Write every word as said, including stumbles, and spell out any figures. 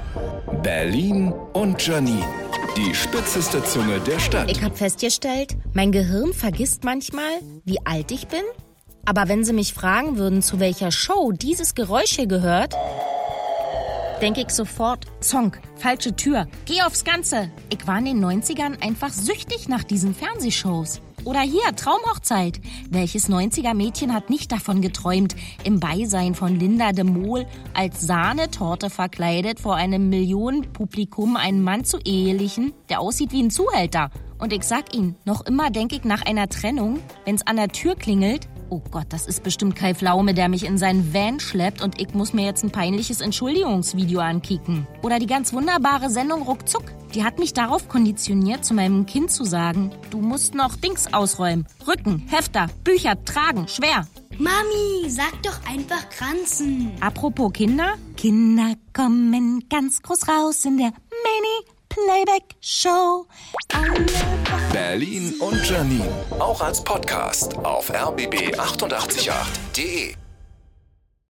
Berlin und Janine, die spitzeste Zunge der Stadt. Ich habe festgestellt, mein Gehirn vergisst manchmal, wie alt ich bin. Aber wenn sie mich fragen würden, zu welcher Show dieses Geräusch hier gehört, denke ich sofort, Song, falsche Tür, geh aufs Ganze. Ich war in den neunzigern einfach süchtig nach diesen Fernsehshows. Oder hier, Traumhochzeit. Welches neunziger-Mädchen hat nicht davon geträumt, im Beisein von Linda de Mol als Sahnetorte verkleidet vor einem Millionenpublikum einen Mann zu ehelichen, der aussieht wie ein Zuhälter. Und ich sag Ihnen, noch immer denke ich nach einer Trennung, wenn's an der Tür klingelt, oh Gott, das ist bestimmt Kai Pflaume, der mich in seinen Van schleppt und ich muss mir jetzt ein peinliches Entschuldigungsvideo ankicken. Oder die ganz wunderbare Sendung Ruckzuck. Die hat mich darauf konditioniert, zu meinem Kind zu sagen, du musst noch Dings ausräumen. Rücken, Hefter, Bücher tragen, schwer. Mami, sag doch einfach Kranzen. Apropos Kinder. Kinder kommen ganz groß raus in der Mini-Playback-Show. Berlin und Janine, auch als Podcast auf r b b acht acht acht punkt de.